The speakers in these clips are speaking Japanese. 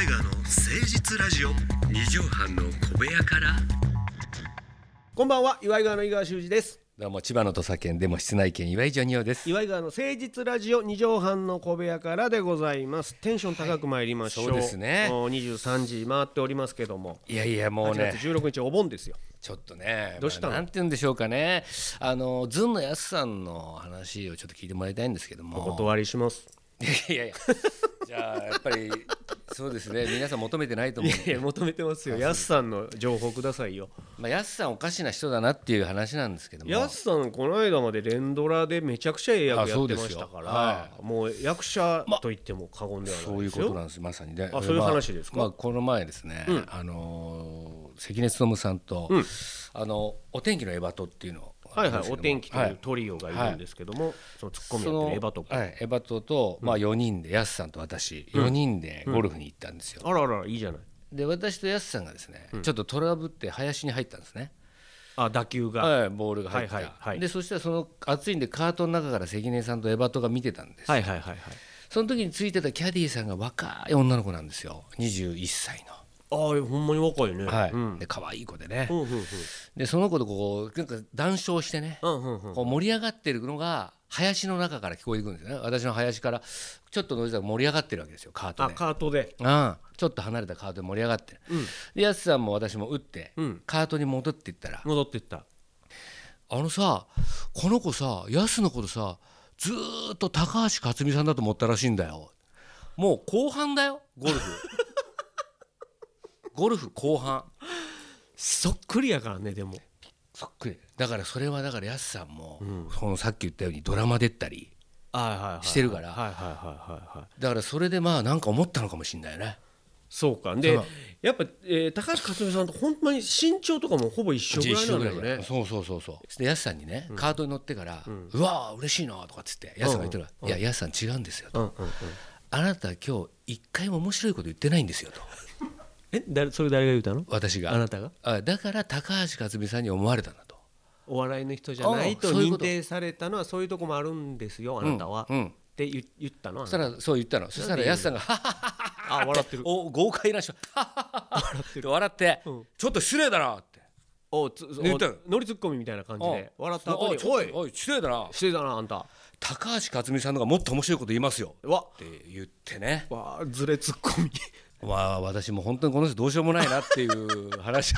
イガーの誠実ラジオ。 二畳半の小部屋から。 こんばんは、岩井川の井川修司です。 どうも、千葉の土佐県でも室内犬岩井ジョニオです。 岩井川の誠実ラジオ二畳半の小部屋からでございます。テンション高く参りましょう、 そうですね。 もう23時回っておりますけども、 いやいや、もうね、 8月16日お盆ですよ。 ちょっとね、 どうしたの？ なんて言うんでしょうかね、ずんのやすさんの話をちょっと聞いてもらいたいんですけども。 お断りします。 いやいやじゃあやっぱりそうですね、皆さん求めてないと思う。 いや求めてますよ。やすさんの情報くださいよ。 やすさんおかしな人だなっていう話なんですけども、 やすさんこの間まで連ドラでめちゃくちゃええ役やってましたから、 はい、 もう役者と言っても過言ではないですよ。 そういうことなんです、まさにね。 そういう話ですか？ この前ですね、関根勤さんと、お天気のエバトっていうのを、 お天気というトリオがいるんですけども、そのツッコミやってるエバト君、 エバトと、4人でやすさんと私4人でゴルフに行ったんですよ。 あらあら、いいじゃない。で私とやすさんがですね、ちょっとトラブって林に入ったんですね。 打球が、 ボールが入った、でそしたらその暑いんでカートの中から関根さんとエバトが見てたんですよ。その時についてたキャディーさんが若い女の子なんですよ。21歳の。 ほんまに若いね。 で可愛い子でね、でその子とこうなんか談笑してね、こう盛り上がってるのが林の中から聞こえてくるんですよね。私の林からちょっとノイズが盛り上がってるわけですよ、カートで。 カートで、 ちょっと離れたカートで盛り上がってる、でやすさんも私も打って、カートに戻っていったら、さ、この子さ、やすのことさ、ずーっと高橋克実さんだと思ったらしいんだよ。もう後半だよ、ゴルフゴルフ後半。 そっくりやからね。でもそっくりだから、それはだからやすさんも、そのさっき言ったようにドラマ出たりしてるから、だからそれでなんか思ったのかもしれないよね。 そうか。でやっぱ、高橋克実さんと本当に身長とかもほぼ一緒ぐらいなんだよね。 そうでやすさんにね、カートに乗ってからうわー嬉しいなとかっつってやすさんが言ってるから、いややすさん違うんですよと、あなた今日一回も面白いこと言ってないんですよと。 それ誰が言うたの？ 私が。 あなたが？だから高橋克実さんに思われたんだと。 お笑いの人じゃないと認定されたのはそういうとこもあるんですよ、あなたは、って言ったの？ そしたらそう言ったの。そしたらやすさんがハハハハ笑ってる。 豪快な人笑って、ちょっと失礼だなってノリツッコミみたいな感じで笑った後に、 おい失礼だなあんた、 高橋克実さんのがもっと面白いこと言いますよって言ってね。 ズレツッコミ私も本当にこの人どうしようもないなっていう話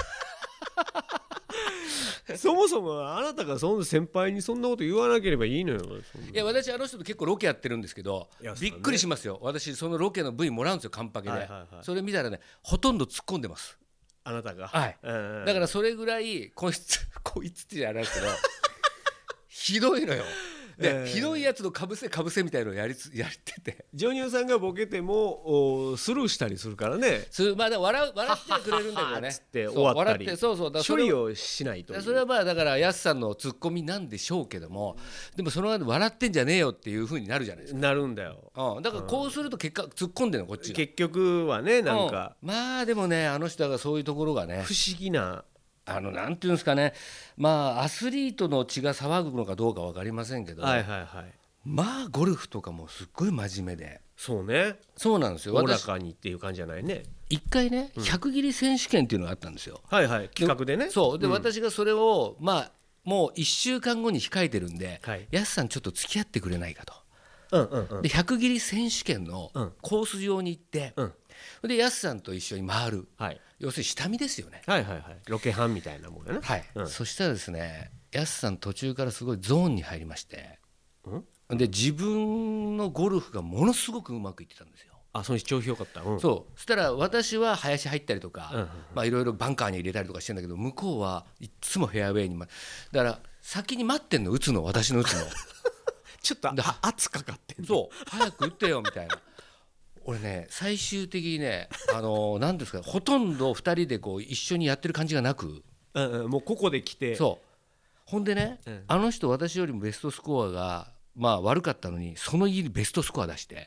そもそもあなたがその先輩にそんなこと言わなければいいのよ。 いや、私あの人と結構ロケやってるんですけど、びっくりしますよ。私そのロケの V もらうんですよ、カンパケで。それ見たらね、ほとんど突っ込んでます、 あなたが。 だからそれぐらいこいつってじゃないけどひどいのよ。でひどいやつのかぶせみたいのをやってて、 ジョニオさんがボケてもスルーしたりするからね。 笑ってはくれるんだけどねつって終わったり、処理をしないと。 それはだからやすさんのツッコミなんでしょうけども、でもその間笑ってんじゃねえよっていう風になるじゃないですか。 なるんだよ。 だからこうすると結果突っ込んでるのこっちが。 結局はね、なんかでもね、あの人がそういうところがね、 不思議な、 なんていうんですかね、アスリートの血が騒ぐのかどうか分かりませんけど、ゴルフとかもすっごい真面目で。 そうね。 そうなんですよ。 おおらかにっていう感じじゃないね。 一回ね、100切り選手権っていうのがあったんですよ。 企画でね。 そうで、私がそれをもう1週間後に控えてるんで、やすさんちょっと付き合ってくれないかと。で100切り選手権のコース上に行って、でやすさんと一緒に回る、要するに下見ですよね。 ロケハンみたいなもんやな。 そしたらですね、やすさん途中からすごいゾーンに入りまして、で自分のゴルフがものすごくうまくいってたんですよ。 その調子良かった。 そしたら私は林入ったりとか、いろいろバンカーに入れたりとかしてんだけど、向こうはいつもフェアウェイにだから先に待ってんの、打つの、私の打つのちょっと圧かかってんの。 そう早く打ってよみたいな。俺ね、最終的にね、何ですか、ほとんど2人でこう一緒にやってる感じがなく、 もうここで来て、 ほんでね、あの人私よりもベストスコアが悪かったのに、その家にベストスコア出して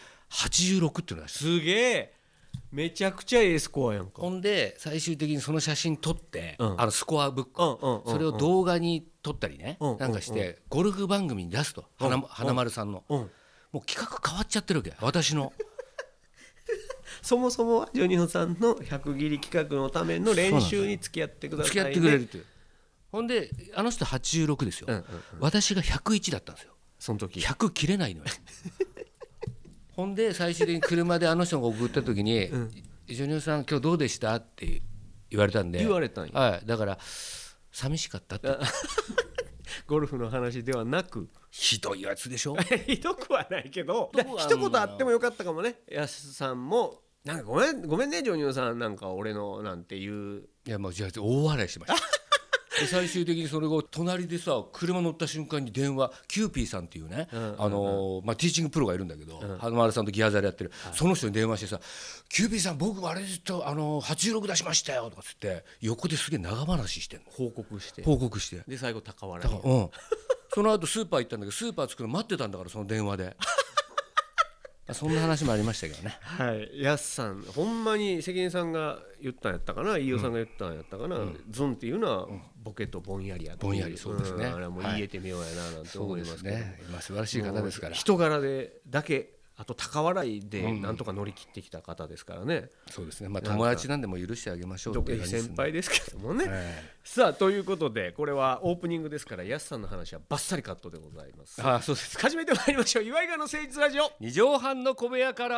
86っていうの出した。 すげえ、めちゃくちゃええスコアやんか。 ほんで最終的にその写真撮って、スコアブック、それを動画に撮ったりね、なんかしてゴルフ番組に出すと、花丸さんの、もう企画変わっちゃってるわけ、私のそもそもはジョニオさんの100切り企画のための練習に付き合ってくださいね。 付き合ってくれるっていう。ほんであの人86ですよ、私が101だったんですよ。 その時 100切れないのよほんで最終的に車であの人が送った時に、ジョニオさん今日どうでしたって言われたんで。 言われたんや。 はい、だから寂しかったってゴルフの話ではなくひどいやつでしょひどくはないけど一言あってもよかったかもね。やすさんもなんかごめんねジョニオさんなんか俺のなんていう。 いやもうじゃあ大笑いしましたで最終的にそれが隣でさ車乗った瞬間に電話キューピーさんっていうね、ティーチングプロがいるんだけど、花丸さんとギアザでやってる、その人に電話してさキューピーさん僕あれずっと86出しましたよとかつって横ですげえ長話してんの。報告してで最後高笑い。 その後スーパー行ったんだけどスーパー着くの待ってたんだからその電話でそんな話もありましたけどね。 はい、やすさんほんまに関根さんが言ったんやったかな、飯尾さんが言ったんやったかな、ズンっていうのはボケとぼんやりやと。 ぼんやり、そうですね。 あれはもう言えてみようやななんて思いますけど、 素晴らしい方ですから。 人柄でだけあと高笑いでなんとか乗り切ってきた方ですからね。 そうですね。まあ友達なんでも許してあげましょうっていう感じですね。 先輩ですけどもね。さあということでこれはオープニングですからやすさんの話はバッサリカットでございます。 ああそうです。 始めてまいりましょう。岩井川の誠実ラジオ 2畳半の小部屋から。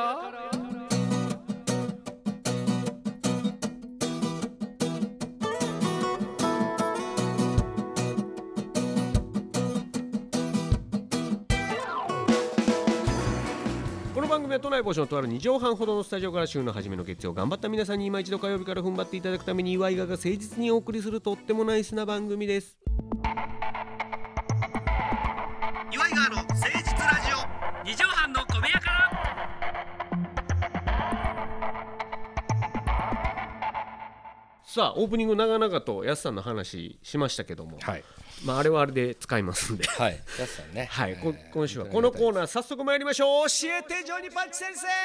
都内某所のとある2畳半ほどのスタジオから週の初めの月曜頑張った皆さんに今一度火曜日から踏ん張っていただくために岩井川が誠実にお送りするとってもナイスな番組です。 岩井川の誠実ラジオ 2畳半の小部屋から。 さあオープニング長々とやすさんの話しましたけども、はい、まああれはあれで使いますんで、 はい、やすさんね、 はい、今週はこのコーナー早速参りましょう。教えてジョニパッチ先生。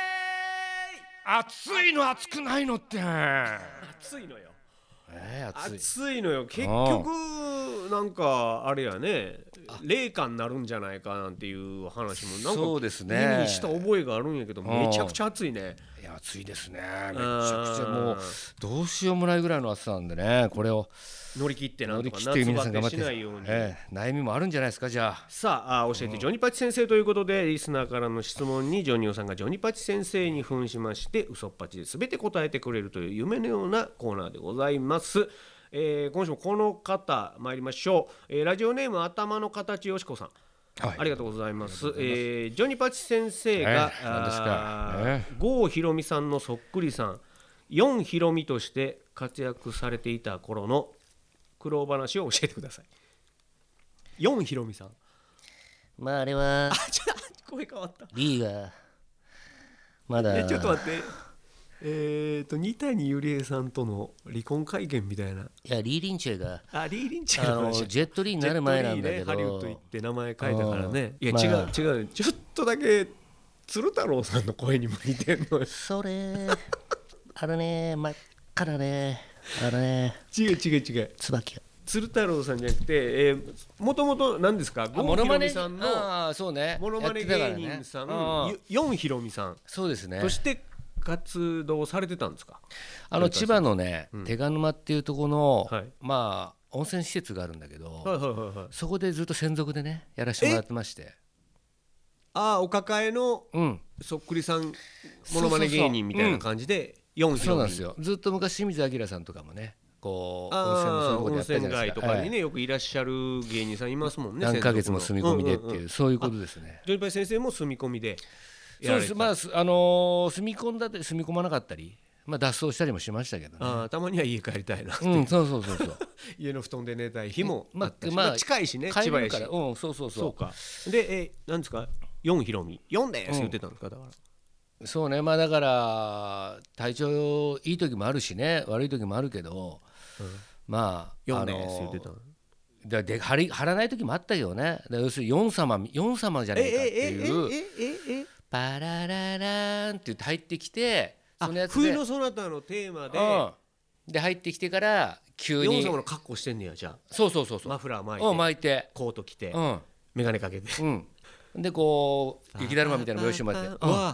暑いの暑くないのって暑いのよ、 暑いのよ。結局なんかあれやね冷夏になるんじゃないかなんていう話もなんかそうですね耳にした覚えがあるんやけどめちゃくちゃ暑いね。 いや暑いですね。めちゃくちゃもうどうしようもないぐらいの暑さなんでね、これを乗り切ってなんとか夏バテしないように、 悩みもあるんじゃないですか。じゃあさあ教えてジョニパチ先生ということでリスナーからの質問にジョニオさんがジョニパチ先生に扮しまして嘘っぱちで全て答えてくれるという夢のようなコーナーでございます。今週もこの方参りましょう。ラジオネーム頭の形よしこさん、はい、ありがとうございます。ジョニパチ先生が、郷ひろみさんのそっくりさんヨンひろみとして活躍されていた頃の苦労話を教えてください。ヨンひろみさん、 まああれはちょっと声変わった。 リーがまだちょっと待って、二谷ゆりえさんとの離婚会見みたいな。 いやリー・リンチェがリー・リンチェの話、 ジェットリーになる前なんだけど、 ハリウッド行って名前変えたからね。いや違うちょっとだけ鶴太郎さんの声にも似てんのよ。 それあれね真っ赤だね。あれね違う椿鶴太郎さんじゃなくてもともと何ですか、郷ひろみさんのモノマネ芸人さんヨンひろみさん、 そうですね、 として活動されてたんですか。 千葉のね、手賀沼っていうところの、まあ温泉施設があるんだけど、そこでずっと専属でねやらせてもらってまして、 お抱えのそっくりさんモノマネ芸人みたいな感じでヨンひろみ。 そうなんですよ。ずっと昔清水明さんとかもねこう温泉街とかにねよくいらっしゃる芸人さんいますもんね。 何ヶ月も住み込みでっていうそういうことですね。 ジョニパチ先生も住み込みで。 そうです。まあ住み込んだって住み込まなかったり、まあ脱走したりもしましたけどね。 たまには家帰りたいなって。 そう家の布団で寝たい日もあったし、近いしね、千葉やし。そうか。でなんですか、ヨンひろみヨンです言ってたんですか。だからそうね、まあだから体調いい時もあるしね悪い時もあるけど、まあヨンです言ってたので張らない時もあったよね。要するにヨン様じゃないかっていうパラララーンって言って入ってきて、 そのやつで冬のそなたのテーマで入ってきてから急にヨン様の格好してんねや。じゃあそうマフラー巻いてコート着て眼鏡かけて、 でこう雪だるまみたいな帽子もあって、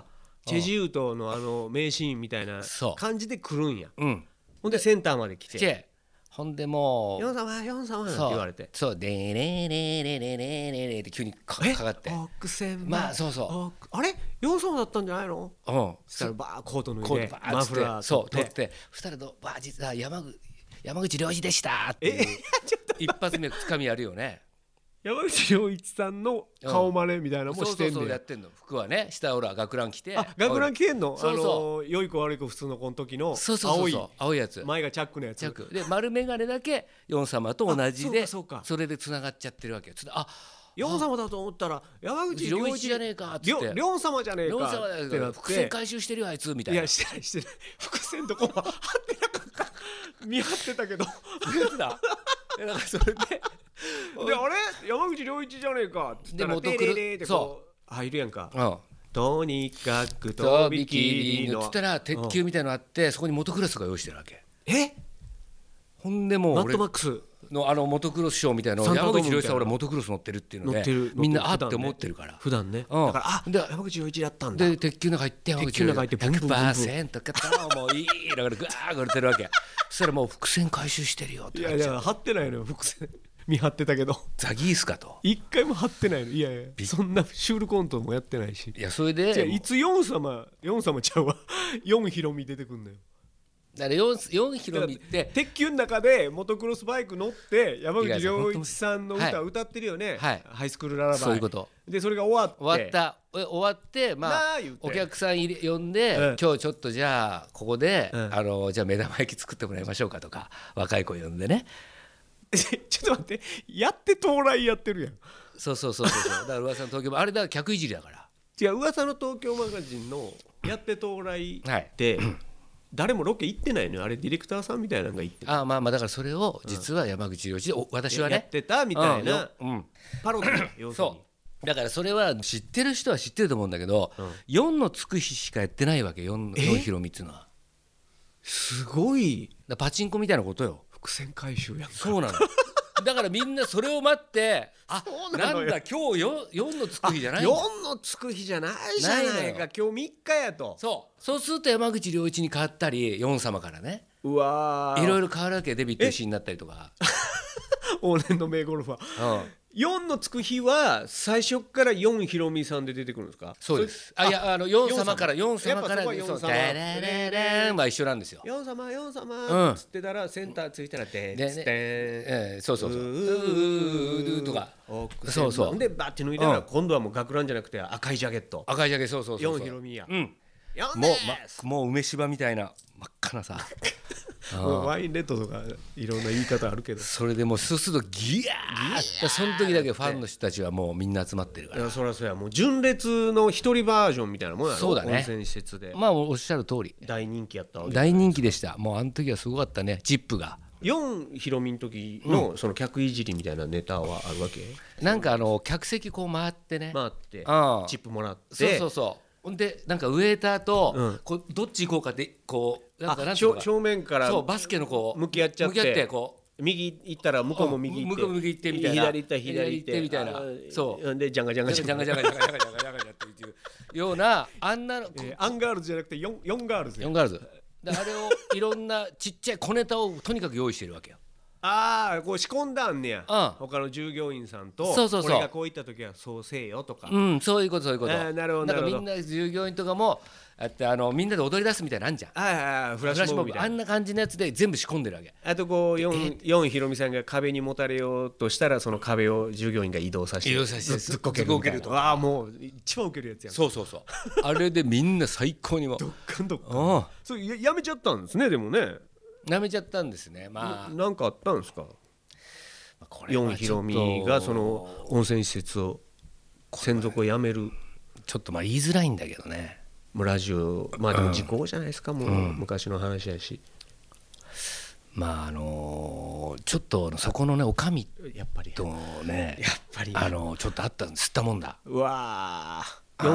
チェジウトの名シーンみたいな感じで来るんや。ほんでセンターまで来て、 ほんでもうヨン様って言われて、 そうでレレレレレレレって急にかかって、まあそうあれヨン様だったんじゃないの。そしたらバーコート脱いでマフラー取ってそしたら実は山口良一でしたっていう一発目つかみやるよね。 山口良一さんの顔真似みたいなのもしてんねん。 そうやってんの。服はね、下俺は学ラン着て、 学ラン着てんの。良い子悪い子普通の子の時の青いやつ、 前がチャックのやつで丸眼鏡だけヨン様と同じで、それでつながっちゃってるわけ。 ヨン様だと思ったら山口良一じゃねえかっつって、 リョン様じゃねえかってなって、 伏線回収してるよあいつみたいな。 いやしてない伏線とこは張ってなかった見張ってたけどだからそれであれ山口良一じゃねえかっつったらテレレってこう入るやんか。とにかくとびきりのつったら鉄球みたいのあって、そこにモトクロスが用意してるわけ。ほんでもうマッドマックスのモトクロスショーみたいなの、山口良一さん俺モトクロス乗ってるっていうのでみんなあって思ってるから普段ね、だから山口良一だったんだ。 で鉄球の中入って山口良一 100% かともういいだからグワーグれてるわけ。そしたらもう伏線回収してるよって。 いや張ってないのよ伏線見張ってたけどザギースかと一回も張ってないの。いやそんなシュールコントもやってないし。 いやそれでいつヨン様ちゃうわヨンヒロミ出てくんのよ。 だからヨンヒロミって鉄球の中でモトクロスバイク乗って山口良一さんの歌歌ってるよね、ハイスクールララバイ。 そういうことでそれが終わってまあお客さん呼んで、今日ちょっとじゃあここでじゃあ目玉焼き作ってもらいましょうかとか、若い子呼んでねちょっと待って、やって到来やってるやん。 そうだから噂の東京あれだから客いじりだから。 違う、噂の東京マガジンのやって到来って誰もロケ行ってないのよ。あれディレクターさんみたいなのが行ってる。 まあだからそれを実は山口良一で私はねやってたみたいなパロディ要するに。 だからそれは知ってる人は知ってると思うんだけど、4のつく日しかやってないわけ。4ヒロミっていうのはすごいパチンコみたいなことよ。 伏線回収やんか。 そうなのだからみんなそれを待ってなんだ今日 4のつく日じゃない 4のつく日じゃないじゃないか。今日3日やと。 そうすると山口良一に変わったり4様からね、 うわいろいろ変わるわけ。デビット石になったりとか往年の名ゴルファー。4のつく日は最初から4ヒロミさんで出てくるんですか。 そうです。いや4様から4様から 4様は一緒なんですよ。 4様つってたらセンターついたらでそうとかそうでバッて抜いたら今度はもう学ランじゃなくて赤いジャケット。 そう 4ヒロミや。 もう梅芝みたいな真っ赤なさワインレッドとかいろんな言い方あるけど、 それでもうそうするとギャーその時だけファンの人たちはもうみんな集まってるから。 そりゃそうや。もう純烈の一人バージョンみたいなもんやろ。 そうだね。 温泉施設でおっしゃる通り大人気やったわけ。 大人気でした。もうあの時はすごかったね。チップが 4ヒロミの時のその客いじりみたいなネタはあるわけ。 なんか客席こう回ってチップもらって。 ほんでなんかウェーターとどっち行こうかってこうなん正面からバスケのこう向き合っちゃってこう右行ったら向こうも右行って行ってみたいな、 左行ったら左行ってみたいな。そうでジャンガっていうようなあんなのアンガールズじゃなくて4ガールズ。 4ガールズであれをいろんなちっちゃい小ネタをとにかく用意してるわけよ。 こう仕込んだんねや。他の従業員さんとこれがこういった時はそうせえよとか。 そういうこと。 なるほど。 なんかみんな従業員とかもあってみんなで踊り出すみたいなのあんじゃん。 フラッシュモブみたいな。 あんな感じのやつで全部仕込んでるわけ。 あとこう4ヒロミさんが壁にもたれようとしたらその壁を従業員が移動させてずっこけると。 もう一番ウケるやつやん。 そうあれでみんな最高にもどっかんそうやめちゃったんですね。でもねやめちゃったんですね。 なんかあったんですか。4ヒロミがその温泉施設を専属を辞める。 ちょっと言いづらいんだけどね。 もうラジオでも時効じゃないですか。もう昔の話やし。 ちょっとそこのねおかみとねちょっとあったんです。吸ったもんだ。 うわ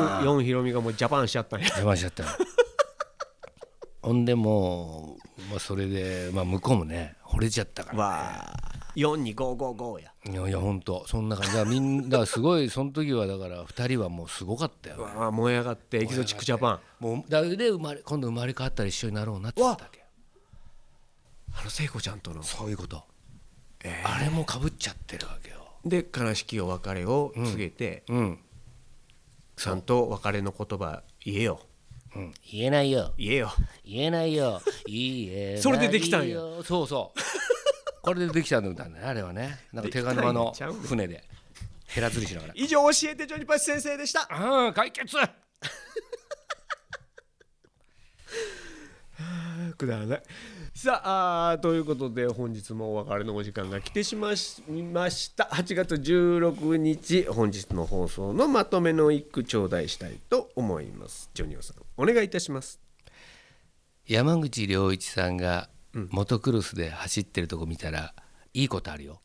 4ヒロミがもうジャパンしちゃったんや。 ジャパンしちゃったほんでもうそれで向こうもね惚れちゃったからね。 42555や。 いや本当そんな感じだ。みんなすごいその時はだから2人はもうすごかったよ、 わあ燃え上がってエキゾチックジャパンもうだで今度生まれ変わったら一緒になろうなって言ったわけよ。 聖子ちゃんとのそういうこと、あれもかぶっちゃってるわけよ。 で悲しきお別れを告げて、ちゃんと別れの言葉言えよ、 言えないよ言えよ言えないよ言えないよそれでできたんや。 そうそうこれでできたんだねあれはね。なんか手賀沼の船でヘラ釣りしながら。 以上教えてジョニパチ先生でした。 解決くだらない。さあということで本日もお別れのお時間が来てしまいました。8月16日本日の放送のまとめの一句頂戴したいと思います。ジョニオさんお願いいたします。 山口良一さんがモトクロスで走ってるとこ見たらいいことあるよ。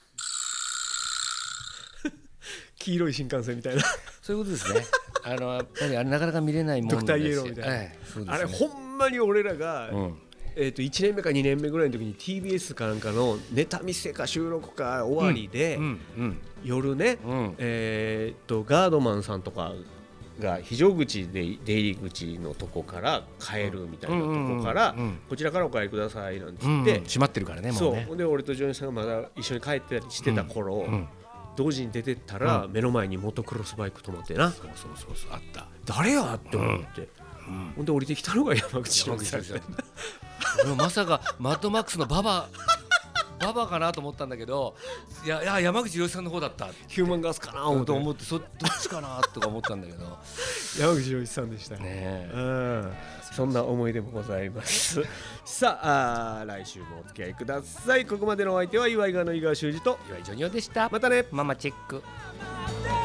黄色い新幹線みたいなそういうことですね。やっぱりあれなかなか見れないもんですよ。 ドクターイエローみたいな、 そうですね、 あれほんまに俺らが、1年目か2年目ぐらいの時に TBS かなんかのネタ見せか収録か終わりで、夜ね、ガードマンさんとかが非常口で出入り口のとこから帰るみたいなとこからこちらからお帰りくださいなんて言って閉まってるからねもうね。 そうで俺とジョニーさんがまだ一緒に帰ってたりしてた頃、同時に出てったら目の前にモトクロスバイク止まってな、 そうあった。 誰やって思って、ほんで降りてきたのが山口良一さん。 俺もまさかマッドマックスのババかなと思ったんだけど、いや山口良一さんの方だった。 ヒューマンガスかなと思ってどっちかなとか思ったんだけど山口良一さんでしたね。そんな思い出もございますさあ来週もお付き合いください。ここまでのお相手は岩井川の井川修司と岩井ジョニオでした。 またね。 ママチェック。